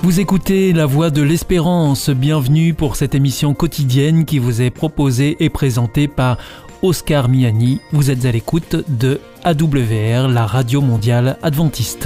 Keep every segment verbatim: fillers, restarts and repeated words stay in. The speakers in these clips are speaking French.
Vous écoutez La Voix de l'Espérance. Bienvenue pour cette émission quotidienne qui vous est proposée et présentée par Oscar Miani. Vous êtes à l'écoute de A W R, la radio mondiale adventiste.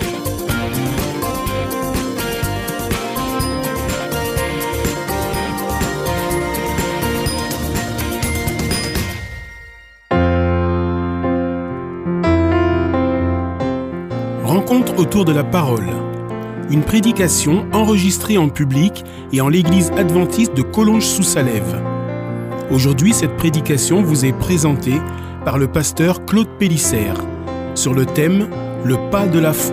Rencontre autour de la parole. Une prédication enregistrée en public et en l'église adventiste de Collonges-sous-Salève. Aujourd'hui, cette prédication vous est présentée par le pasteur Claude Pélissère sur le thème « Le pas de la foi ».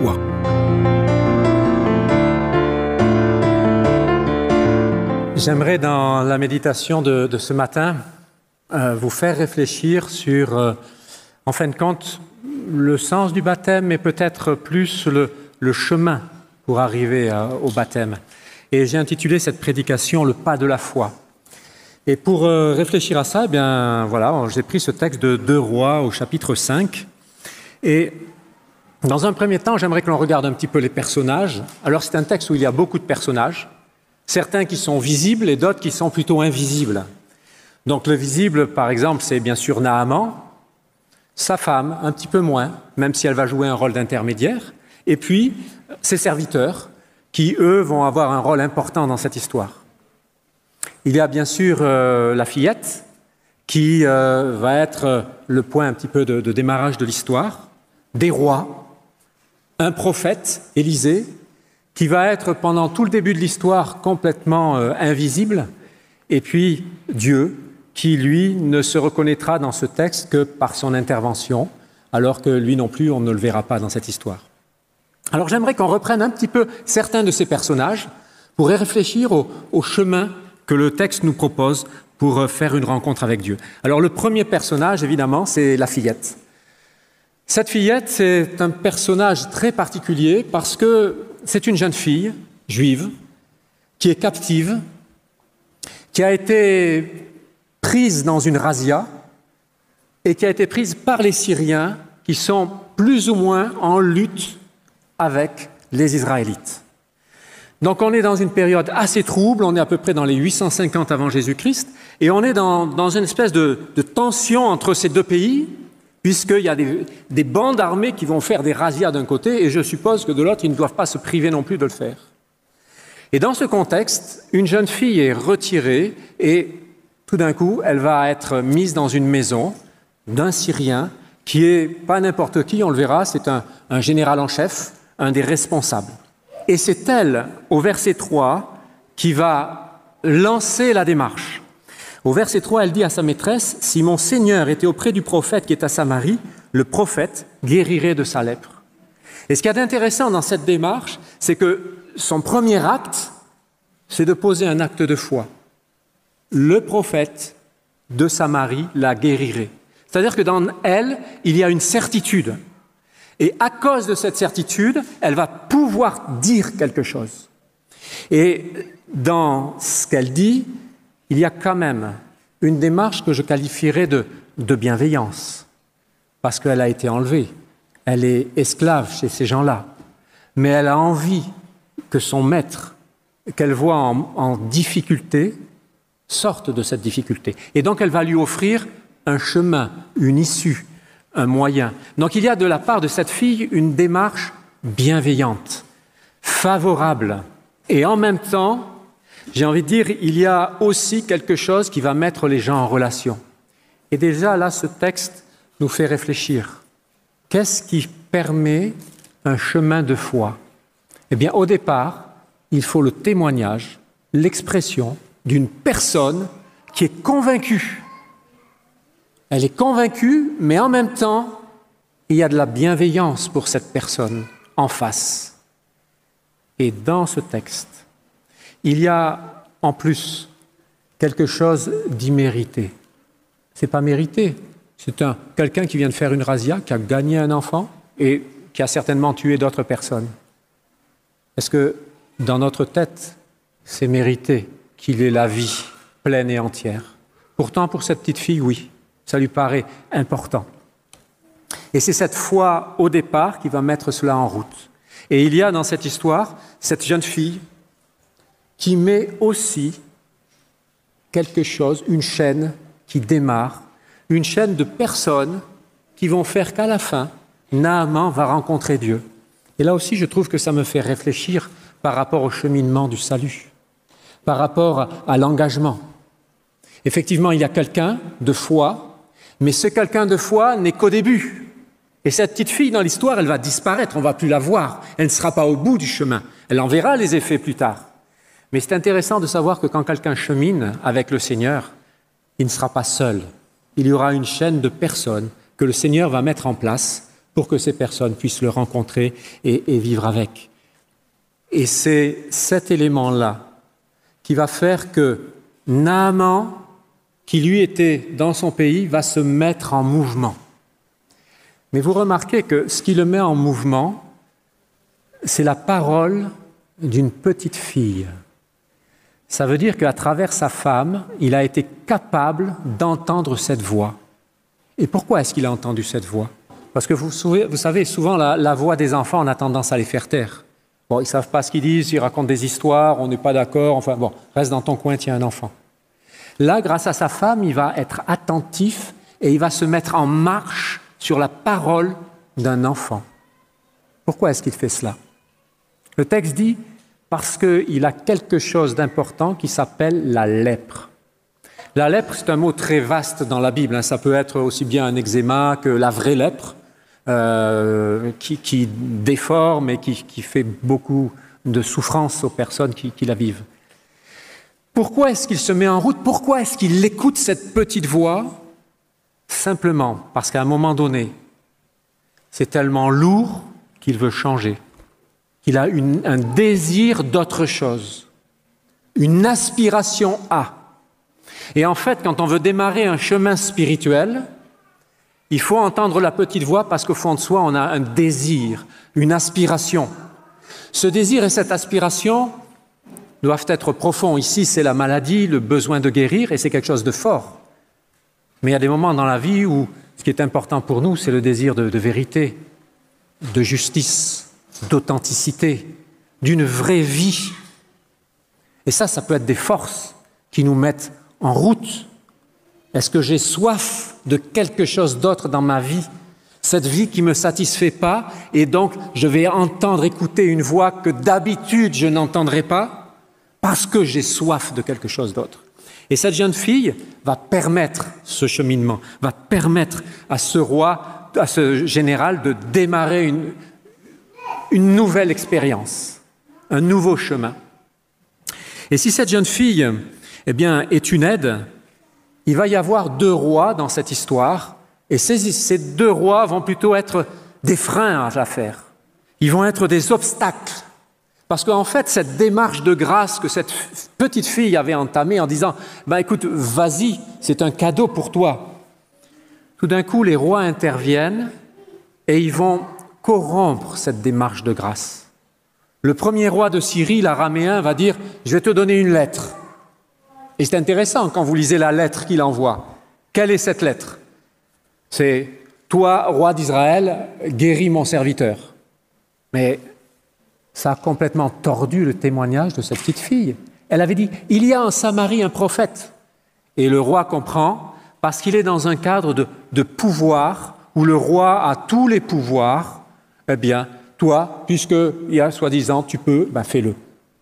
J'aimerais, dans la méditation de, de ce matin, euh, vous faire réfléchir sur, euh, en fin de compte, le sens du baptême, mais peut-être plus le, le chemin pour arriver euh, au baptême. Et j'ai intitulé cette prédication « Le pas de la foi ». Et pour euh, réfléchir à ça, eh bien, voilà, j'ai pris ce texte de deux Rois au chapitre cinq. Et dans un premier temps, j'aimerais que l'on regarde un petit peu les personnages. Alors, c'est un texte où il y a beaucoup de personnages, certains qui sont visibles et d'autres qui sont plutôt invisibles. Donc, le visible, par exemple, c'est bien sûr Naaman, sa femme, un petit peu moins, même si elle va jouer un rôle d'intermédiaire, et puis ses serviteurs, qui, eux, vont avoir un rôle important dans cette histoire. Il y a bien sûr euh, la fillette, qui euh, va être le point un petit peu de, de démarrage de l'histoire, des rois, un prophète, Élisée, qui va être pendant tout le début de l'histoire complètement euh, invisible, et puis Dieu, qui, lui, ne se reconnaîtra dans ce texte que par son intervention, alors que lui non plus, on ne le verra pas dans cette histoire. Alors j'aimerais qu'on reprenne un petit peu certains de ces personnages pour réfléchir au, au chemin que le texte nous propose pour faire une rencontre avec Dieu. Alors le premier personnage, évidemment, c'est la fillette. Cette fillette, c'est un personnage très particulier parce que c'est une jeune fille juive qui est captive, qui a été prise dans une razzia et qui a été prise par les Syriens qui sont plus ou moins en lutte avec les Israélites. Donc on est dans une période assez trouble, on est à peu près dans les huit cent cinquante avant Jésus-Christ, et on est dans, dans une espèce de, de tension entre ces deux pays, puisqu'il y a des, des bandes armées qui vont faire des razzias d'un côté, et je suppose que de l'autre, ils ne doivent pas se priver non plus de le faire. Et dans ce contexte, une jeune fille est retirée, et tout d'un coup, elle va être mise dans une maison d'un Syrien, qui est pas n'importe qui, on le verra, c'est un, un général en chef, un des responsables. Et c'est elle, au verset trois, qui va lancer la démarche. Au verset trois, elle dit à sa maîtresse, « Si mon Seigneur était auprès du prophète qui est à Samarie, le prophète guérirait de sa lèpre. » Et ce qu'il y a d'intéressant dans cette démarche, c'est que son premier acte, c'est de poser un acte de foi. Le prophète de Samarie la guérirait. C'est-à-dire que dans elle, il y a une certitude. Et à cause de cette certitude, elle va pouvoir dire quelque chose. Et dans ce qu'elle dit, il y a quand même une démarche que je qualifierais de, de bienveillance. Parce qu'elle a été enlevée. Elle est esclave chez ces gens-là. Mais elle a envie que son maître, qu'elle voit en, en difficulté, sorte de cette difficulté. Et donc elle va lui offrir un chemin, une issue, un moyen. Donc il y a de la part de cette fille une démarche bienveillante, favorable. Et en même temps, j'ai envie de dire, il y a aussi quelque chose qui va mettre les gens en relation. Et déjà là, ce texte nous fait réfléchir. Qu'est-ce qui permet un chemin de foi ? Eh bien, au départ, il faut le témoignage, l'expression d'une personne qui est convaincue. Elle est convaincue, mais en même temps, il y a de la bienveillance pour cette personne en face. Et dans ce texte, il y a en plus quelque chose d'immérité. Ce n'est pas mérité. C'est un, quelqu'un qui vient de faire une razzia, qui a gagné un enfant et qui a certainement tué d'autres personnes. Est-ce que dans notre tête, c'est mérité qu'il ait la vie pleine et entière? Pourtant, pour cette petite fille, oui, ça lui paraît important. Et c'est cette foi au départ qui va mettre cela en route. Et il y a dans cette histoire cette jeune fille qui met aussi quelque chose, une chaîne qui démarre, une chaîne de personnes qui vont faire qu'à la fin, Naaman va rencontrer Dieu. Et là aussi, je trouve que ça me fait réfléchir par rapport au cheminement du salut, par rapport à l'engagement. Effectivement, il y a quelqu'un de foi, mais ce quelqu'un de foi n'est qu'au début. Et cette petite fille, dans l'histoire, elle va disparaître, on ne va plus la voir. Elle ne sera pas au bout du chemin. Elle en verra les effets plus tard. Mais c'est intéressant de savoir que quand quelqu'un chemine avec le Seigneur, il ne sera pas seul. Il y aura une chaîne de personnes que le Seigneur va mettre en place pour que ces personnes puissent le rencontrer et, et vivre avec. Et c'est cet élément-là qui va faire que Naaman, qui lui était dans son pays, va se mettre en mouvement. Mais vous remarquez que ce qui le met en mouvement, c'est la parole d'une petite fille. Ça veut dire qu'à travers sa femme, il a été capable d'entendre cette voix. Et pourquoi est-ce qu'il a entendu cette voix? Parce que vous, vous savez, souvent la, la voix des enfants, on a tendance à les faire taire. Bon, ils ne savent pas ce qu'ils disent, ils racontent des histoires, on n'est pas d'accord, enfin bon, reste dans ton coin, tiens un enfant. Là, grâce à sa femme, il va être attentif et il va se mettre en marche sur la parole d'un enfant. Pourquoi est-ce qu'il fait cela? Le texte dit « parce qu'il a quelque chose d'important qui s'appelle la lèpre ». La lèpre, c'est un mot très vaste dans la Bible, hein. Ça peut être aussi bien un eczéma que la vraie lèpre, euh, qui, qui déforme et qui, qui fait beaucoup de souffrance aux personnes qui, qui la vivent. Pourquoi est-ce qu'il se met en route? Pourquoi est-ce qu'il écoute cette petite voix? Simplement parce qu'à un moment donné, c'est tellement lourd qu'il veut changer, qu'il a une, un désir d'autre chose, une aspiration à. Et en fait, quand on veut démarrer un chemin spirituel, il faut entendre la petite voix parce qu'au fond de soi, on a un désir, une aspiration. Ce désir et cette aspiration doivent être profonds. Ici, c'est la maladie, le besoin de guérir, et c'est quelque chose de fort. Mais il y a des moments dans la vie où ce qui est important pour nous, c'est le désir de, de vérité, de justice, d'authenticité, d'une vraie vie. Et ça, ça peut être des forces qui nous mettent en route. Est-ce que j'ai soif de quelque chose d'autre dans ma vie? Cette vie qui ne me satisfait pas, et donc je vais entendre, écouter une voix que d'habitude je n'entendrai pas, parce que j'ai soif de quelque chose d'autre. Et cette jeune fille va permettre ce cheminement, va permettre à ce roi, à ce général de démarrer une, une nouvelle expérience, un nouveau chemin. Et si cette jeune fille, eh bien, est une aide, il va y avoir deux rois dans cette histoire, et ces, ces deux rois vont plutôt être des freins à l'affaire. Ils vont être des obstacles. Parce qu'en fait, cette démarche de grâce que cette petite fille avait entamée en disant « Ben écoute, vas-y, c'est un cadeau pour toi ». Tout d'un coup, les rois interviennent et ils vont corrompre cette démarche de grâce. Le premier roi de Syrie, l'araméen, va dire « Je vais te donner une lettre ». Et c'est intéressant quand vous lisez la lettre qu'il envoie. Quelle est cette lettre? C'est « Toi, roi d'Israël, guéris mon serviteur ». Mais ça a complètement tordu le témoignage de cette petite fille. Elle avait dit « Il y a en Samarie un prophète ». Et le roi comprend parce qu'il est dans un cadre de, de pouvoir où le roi a tous les pouvoirs. Eh bien, toi, puisqu'il y a soi-disant, tu peux, ben fais-le.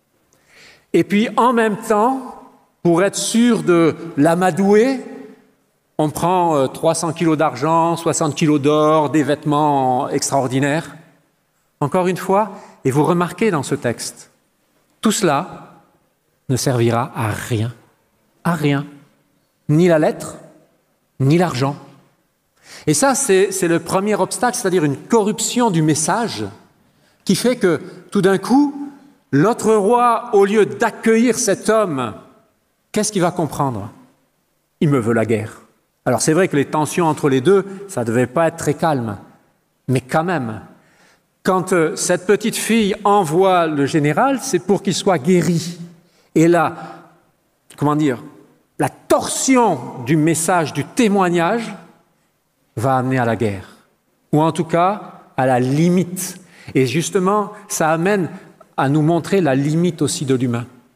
Et puis, en même temps, pour être sûr de l'amadouer, on prend euh, trois cents kilos d'argent, soixante kilos d'or, des vêtements extraordinaires. Encore une fois, et vous remarquez dans ce texte, tout cela ne servira à rien, à rien, ni la lettre, ni l'argent. Et ça, c'est, c'est le premier obstacle, c'est-à-dire une corruption du message qui fait que, tout d'un coup, l'autre roi, au lieu d'accueillir cet homme, qu'est-ce qu'il va comprendre? Il me veut la guerre. Alors c'est vrai que les tensions entre les deux, ça ne devait pas être très calme, mais quand même, quand euh, cette petite fille envoie le général, c'est pour qu'il soit guéri. Et là, comment dire, la torsion du message, du témoignage, va amener à la guerre, ou en tout cas à la limite. Et justement, ça amène à nous montrer la limite aussi de l'humain.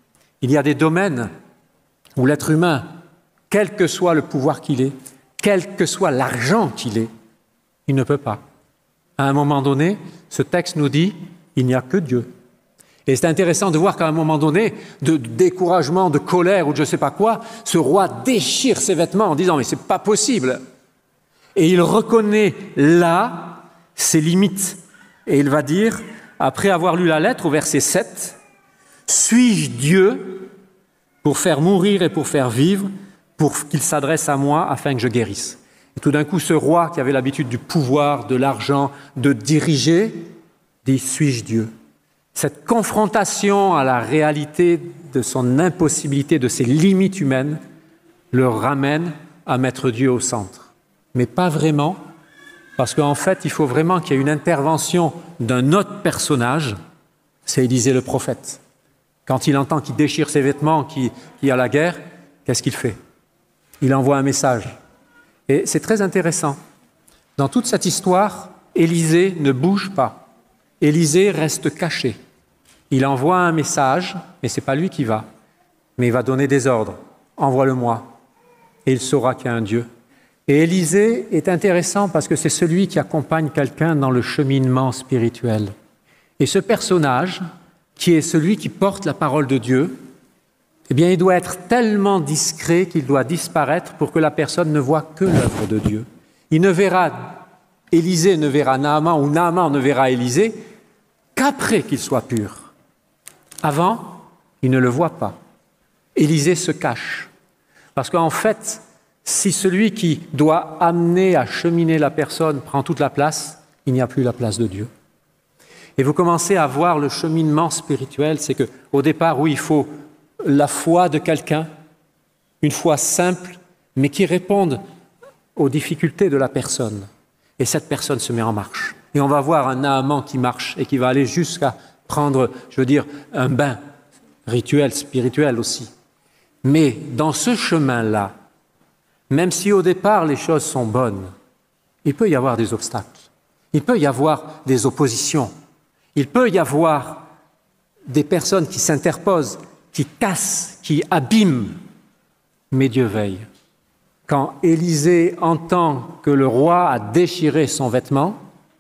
Il y a des domaines où l'être humain, quel que soit le pouvoir qu'il ait, quel que soit l'argent qu'il ait, il ne peut pas. À un moment donné, ce texte nous dit « il n'y a que Dieu ». Et c'est intéressant de voir qu'à un moment donné, de découragement, de colère ou de je ne sais pas quoi, ce roi déchire ses vêtements en disant « mais c'est pas possible ». Et il reconnaît là ses limites. Et il va dire, après avoir lu la lettre au verset sept, « Suis-je Dieu pour faire mourir et pour faire vivre, pour qu'il s'adresse à moi afin que je guérisse ?» Et tout d'un coup, ce roi qui avait l'habitude du pouvoir, de l'argent, de diriger, dit « Suis-je Dieu ?» Cette confrontation à la réalité de son impossibilité, de ses limites humaines, le ramène à mettre Dieu au centre. Mais pas vraiment, parce qu'en fait, il faut vraiment qu'il y ait une intervention d'un autre personnage, c'est Élisée le prophète. Quand il entend qu'il déchire ses vêtements, qu'il y a la guerre, qu'est-ce qu'il fait? Il envoie un message. Et c'est très intéressant. Dans toute cette histoire, Élisée ne bouge pas. Élisée reste caché. Il envoie un message, mais ce n'est pas lui qui va. Mais il va donner des ordres. Envoie-le-moi. Et il saura qu'il y a un Dieu. Et Élisée est intéressant parce que c'est celui qui accompagne quelqu'un dans le cheminement spirituel. Et ce personnage, qui est celui qui porte la parole de Dieu, eh bien, il doit être tellement discret qu'il doit disparaître pour que la personne ne voie que l'œuvre de Dieu. Il ne verra, Élisée ne verra Naaman ou Naaman ne verra Élisée qu'après qu'il soit pur. Avant, il ne le voit pas. Élisée se cache. Parce qu'en fait, si celui qui doit amener à cheminer la personne prend toute la place, il n'y a plus la place de Dieu. Et vous commencez à voir le cheminement spirituel, c'est qu'au départ, oui, il faut la foi de quelqu'un, une foi simple, mais qui réponde aux difficultés de la personne. Et cette personne se met en marche. Et on va voir un Naaman qui marche et qui va aller jusqu'à prendre, je veux dire, un bain rituel, spirituel aussi. Mais dans ce chemin-là, même si au départ les choses sont bonnes, il peut y avoir des obstacles, il peut y avoir des oppositions, il peut y avoir des personnes qui s'interposent, qui cassent, qui abîment, mais Dieu veille. Quand Élisée entend que le roi a déchiré son vêtement,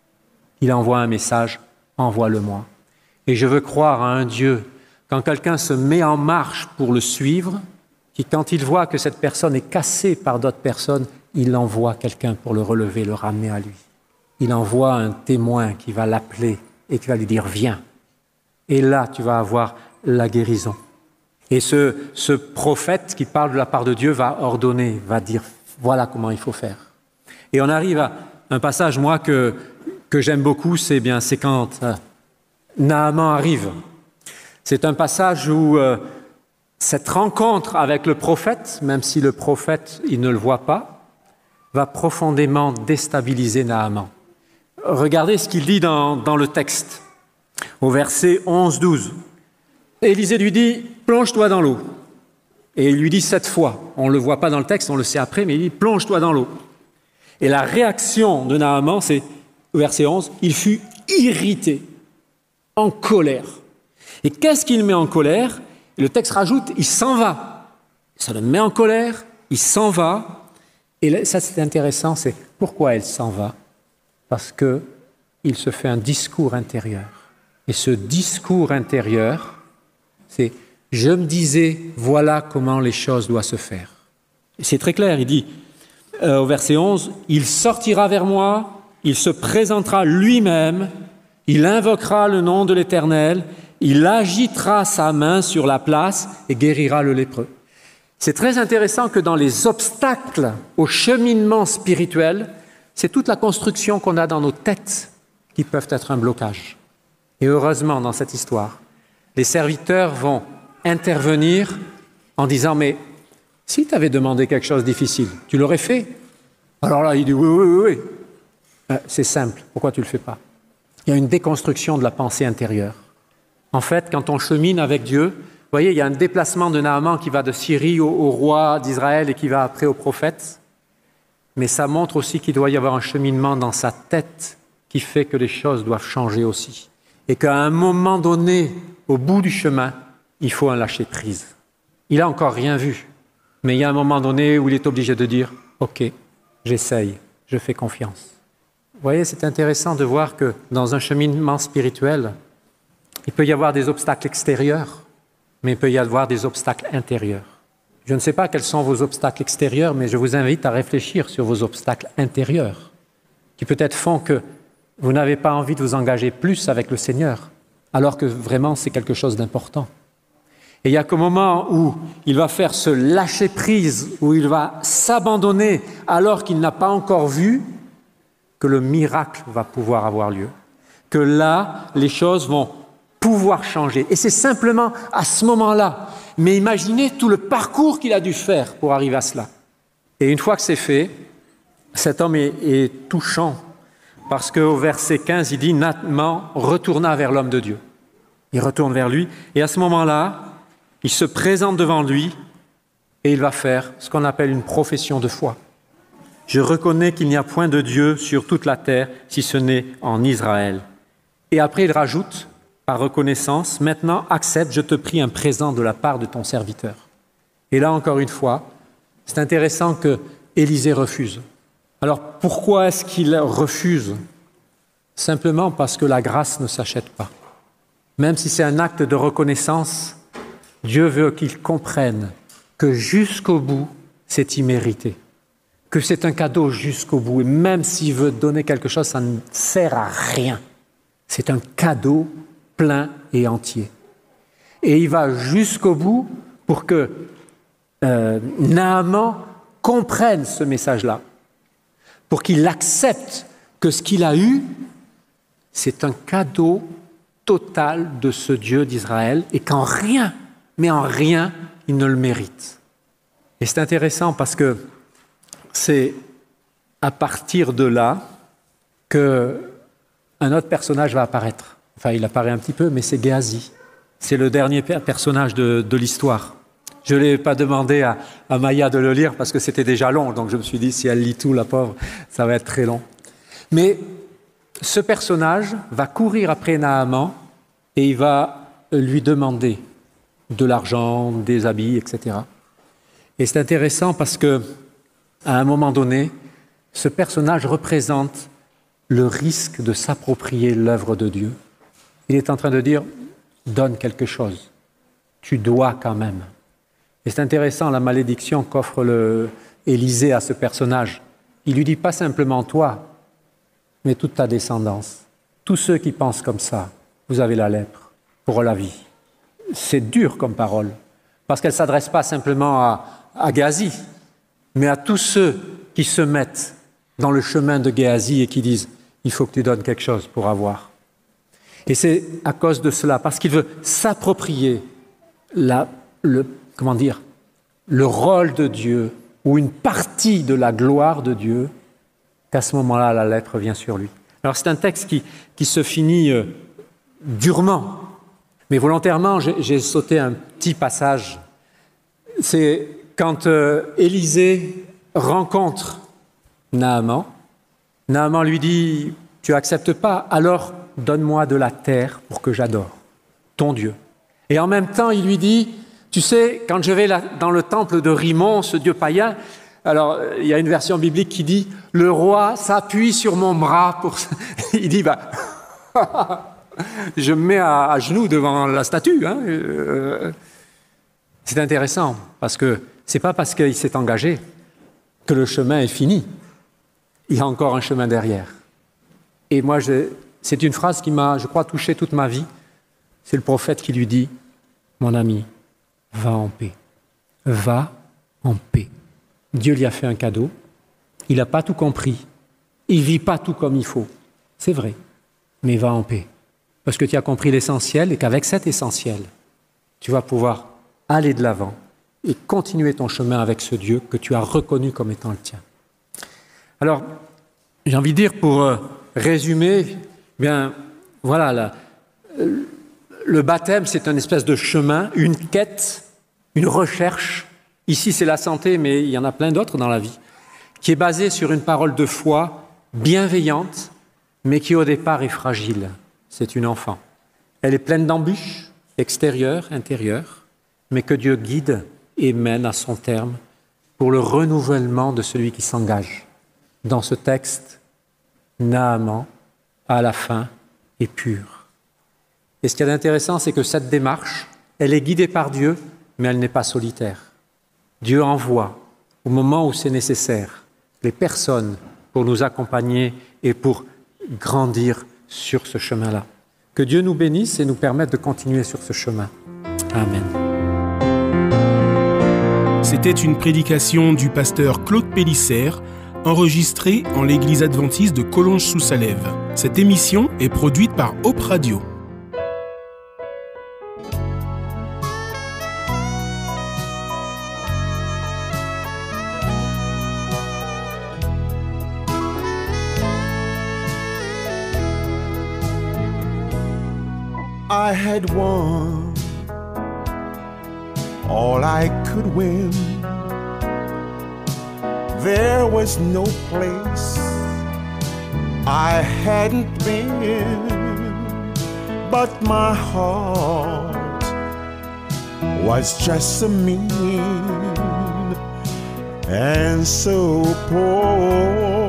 il envoie un message, envoie-le-moi. Et je veux croire à un Dieu, quand quelqu'un se met en marche pour le suivre, qui quand il voit que cette personne est cassée par d'autres personnes, il envoie quelqu'un pour le relever, le ramener à lui. Il envoie un témoin qui va l'appeler et qui va lui dire « Viens ». Et là, tu vas avoir la guérison. Et ce, ce prophète qui parle de la part de Dieu va ordonner, va dire « Voilà comment il faut faire ». Et on arrive à un passage, moi, que, que j'aime beaucoup, c'est bien, c'est quand euh, Naaman arrive. C'est un passage où euh, cette rencontre avec le prophète, même si le prophète, il ne le voit pas, va profondément déstabiliser Naaman. Regardez ce qu'il dit dans, dans le texte, au verset onze douze. Élisée lui dit « Plonge-toi dans l'eau ». Et il lui dit sept fois. On ne le voit pas dans le texte, on le sait après, mais il dit « Plonge-toi dans l'eau ». Et la réaction de Naaman, c'est, au verset onze, « Il fut irrité, en colère ». Et qu'est-ce qu'il met en colère? Et le texte rajoute « Il s'en va ». Ça le met en colère, il s'en va. Et là, ça, c'est intéressant, c'est pourquoi elle s'en va? Parce qu'il se fait un discours intérieur. Et ce discours intérieur, c'est « je me disais, voilà comment les choses doivent se faire ». C'est très clair, il dit euh, au verset onze, « Il sortira vers moi, il se présentera lui-même, il invoquera le nom de l'Éternel, il agitera sa main sur la place et guérira le lépreux ». C'est très intéressant que dans les obstacles au cheminement spirituel, c'est toute la construction qu'on a dans nos têtes qui peuvent être un blocage. Et heureusement, dans cette histoire, les serviteurs vont intervenir en disant « Mais si tu avais demandé quelque chose de difficile, tu l'aurais fait ?» Alors là, il dit « Oui, oui, oui, oui. Euh, » C'est simple, pourquoi tu ne le fais pas? Il y a une déconstruction de la pensée intérieure. En fait, quand on chemine avec Dieu, vous voyez, il y a un déplacement de Naaman qui va de Syrie au, au roi d'Israël et qui va après au prophète. Mais ça montre aussi qu'il doit y avoir un cheminement dans sa tête qui fait que les choses doivent changer aussi. Et qu'à un moment donné, au bout du chemin, il faut un lâcher-prise. Il n'a encore rien vu. Mais il y a un moment donné où il est obligé de dire « Ok, j'essaye, je fais confiance ». Vous voyez, c'est intéressant de voir que dans un cheminement spirituel, il peut y avoir des obstacles extérieurs, mais il peut y avoir des obstacles intérieurs. Je ne sais pas quels sont vos obstacles extérieurs, mais je vous invite à réfléchir sur vos obstacles intérieurs, qui peut-être font que vous n'avez pas envie de vous engager plus avec le Seigneur, alors que vraiment c'est quelque chose d'important. Et il n'y a qu'au moment où il va faire ce lâcher-prise, où il va s'abandonner alors qu'il n'a pas encore vu, que le miracle va pouvoir avoir lieu. Que là, les choses vont pouvoir changer. Et c'est simplement à ce moment-là. Mais imaginez tout le parcours qu'il a dû faire pour arriver à cela. Et une fois que c'est fait, cet homme est, est touchant. Parce qu'au verset quinze, il dit « Naaman retourna vers l'homme de Dieu ». Il retourne vers lui. Et à ce moment-là, il se présente devant lui et il va faire ce qu'on appelle une profession de foi. « Je reconnais qu'il n'y a point de Dieu sur toute la terre, si ce n'est en Israël. » Et après, il rajoute, par reconnaissance, « Maintenant, accepte, je te prie, un présent de la part de ton serviteur. » Et là, encore une fois, c'est intéressant que Élisée refuse. Alors, pourquoi est-ce qu'il refuse? Simplement parce que la grâce ne s'achète pas. Même si c'est un acte de reconnaissance, Dieu veut qu'il comprenne que jusqu'au bout, c'est immérité. Que c'est un cadeau jusqu'au bout. Et même s'il veut donner quelque chose, ça ne sert à rien. C'est un cadeau plein et entier. Et il va jusqu'au bout pour que euh, Naaman comprenne ce message-là. Pour qu'il accepte que ce qu'il a eu, c'est un cadeau total de ce Dieu d'Israël et qu'en rien, mais en rien, il ne le mérite. Et c'est intéressant parce que c'est à partir de là qu'un autre personnage va apparaître. Enfin, il apparaît un petit peu, mais c'est Géasi. C'est le dernier personnage de, de l'histoire. Je ne l'ai pas demandé à, à Maya de le lire parce que c'était déjà long, donc je me suis dit, si elle lit tout, la pauvre, ça va être très long. Mais ce personnage va courir après Naaman et il va lui demander de l'argent, des habits, et cetera. Et c'est intéressant parce que, à un moment donné, ce personnage représente le risque de s'approprier l'œuvre de Dieu. Il est en train de dire, donne quelque chose, tu dois quand même. Et c'est intéressant la malédiction qu'offre le Élisée à ce personnage. Il lui dit pas simplement toi, mais toute ta descendance. Tous ceux qui pensent comme ça, vous avez la lèpre pour la vie. C'est dur comme parole, parce qu'elle ne s'adresse pas simplement à, à Géasi, mais à tous ceux qui se mettent dans le chemin de Géasi et qui disent « il faut que tu donnes quelque chose pour avoir ». Et c'est à cause de cela, parce qu'il veut s'approprier la, le, comment dire, le rôle de Dieu ou une partie de la gloire de Dieu, qu'à ce moment-là, la lèpre vient sur lui. Alors c'est un texte qui, qui se finit euh, durement, mais volontairement, j'ai, j'ai sauté un petit passage. C'est quand euh, Élisée rencontre Naaman, Naaman lui dit « Tu n'acceptes pas, alors donne-moi de la terre pour que j'adore ton Dieu. » Et en même temps, il lui dit « Tu sais, quand je vais là, dans le temple de Rimmon, ce dieu païen, alors il y a une version biblique qui dit « Le roi s'appuie sur mon bras pour… » Il dit bah, « Je me mets à, à genoux devant la statue. Hein. » C'est intéressant, parce que ce n'est pas parce qu'il s'est engagé que le chemin est fini. Il y a encore un chemin derrière. Et moi, je, c'est une phrase qui m'a, je crois, touché toute ma vie. C'est le prophète qui lui dit « Mon ami, va en paix. Va en paix. » Dieu lui a fait un cadeau. Il n'a pas tout compris. Il ne vit pas tout comme il faut. C'est vrai. Mais va en paix. Parce que tu as compris l'essentiel et qu'avec cet essentiel, tu vas pouvoir aller de l'avant et continuer ton chemin avec ce Dieu que tu as reconnu comme étant le tien. Alors, j'ai envie de dire, pour euh, résumer, bien, voilà, la, le baptême, c'est une espèce de chemin, une quête, une recherche. Ici, c'est la santé, mais il y en a plein d'autres dans la vie, qui est basée sur une parole de foi bienveillante, mais qui au départ est fragile. C'est une enfant. Elle est pleine d'embûches, extérieures, intérieures, mais que Dieu guide et mène à son terme pour le renouvellement de celui qui s'engage. Dans ce texte, Naaman, à la fin, est pur. Et ce qui est intéressant, c'est que cette démarche, elle est guidée par Dieu, mais elle n'est pas solitaire. Dieu envoie, au moment où c'est nécessaire, les personnes pour nous accompagner et pour grandir sur ce chemin-là. Que Dieu nous bénisse et nous permette de continuer sur ce chemin. Amen. C'était une prédication du pasteur Claude Pélissère, enregistrée en l'église adventiste de Collonges-sous-Salève. Cette émission est produite par Hope Radio. I had won all I could win. There was no place I hadn't been, but my heart was just so mean and so poor.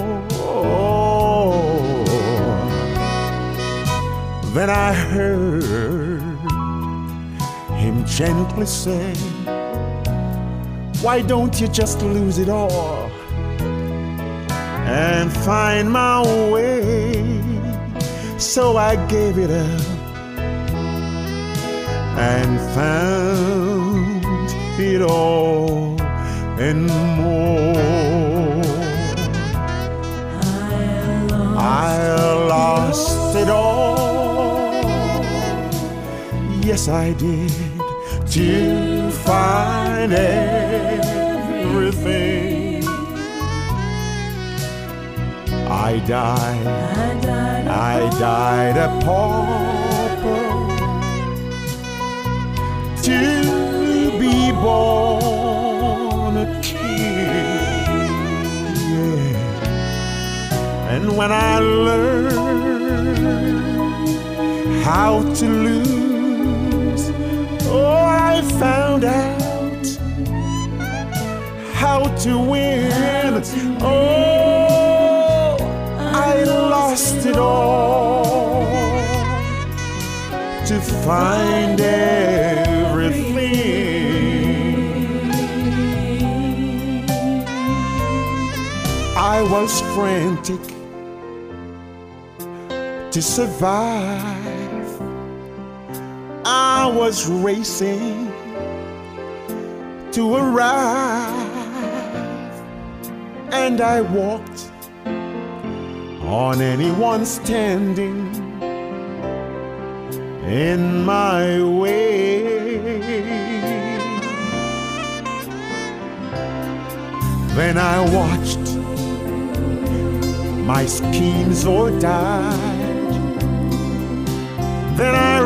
Then I heard him gently say, why don't you just lose it all and find my way? So I gave it up and found it all and more. I lost it all. Yes, I did, to find everything. I died, I died a pauper to be born a king. Yeah. And when I learned how to lose, oh, I found out how to win. Oh, I lost it all to find everything. I was frantic to survive. I was racing to arrive, and I walked on anyone standing in my way. Then I watched my schemes all die. Then I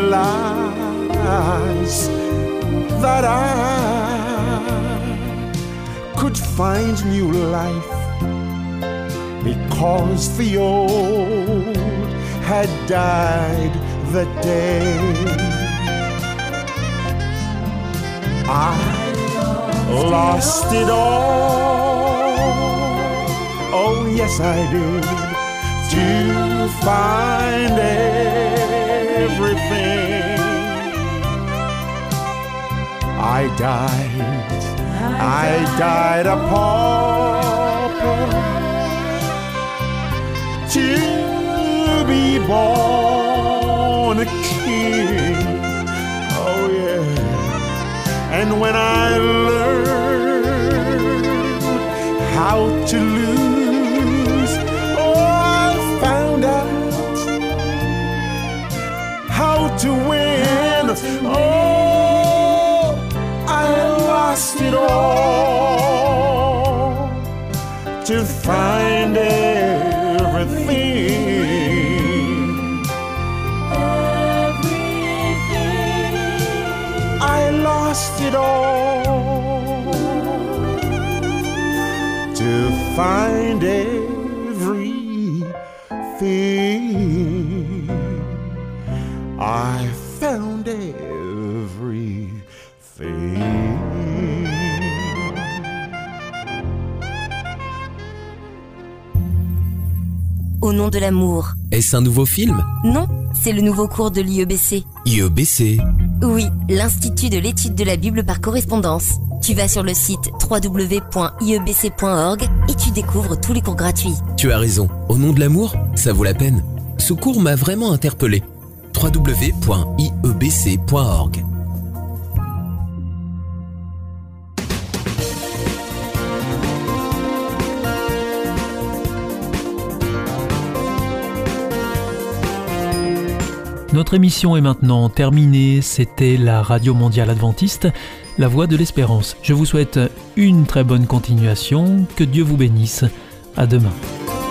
realized that I could find new life because the old had died the day I lost it all. Oh, yes, I did, to find everything. I died, I died a pauper to be born a king. Oh yeah. And when I learned how to lose, oh, I found out how to win. Oh, I lost it all to find everything. Everything. I lost it all to find everything. I found everything. nom de l'amour. Est-ce un nouveau film? Non, c'est le nouveau cours de l'I E B C. I E B C? Oui, l'Institut de l'étude de la Bible par correspondance. Tu vas sur le site w w w point i e b c point org et tu découvres tous les cours gratuits. Tu as raison, au nom de l'amour, ça vaut la peine. Ce cours m'a vraiment interpellé. w w w point i e b c point org. Notre émission est maintenant terminée. C'était la Radio Mondiale Adventiste, la Voix de l'Espérance. Je vous souhaite une très bonne continuation. Que Dieu vous bénisse. À demain.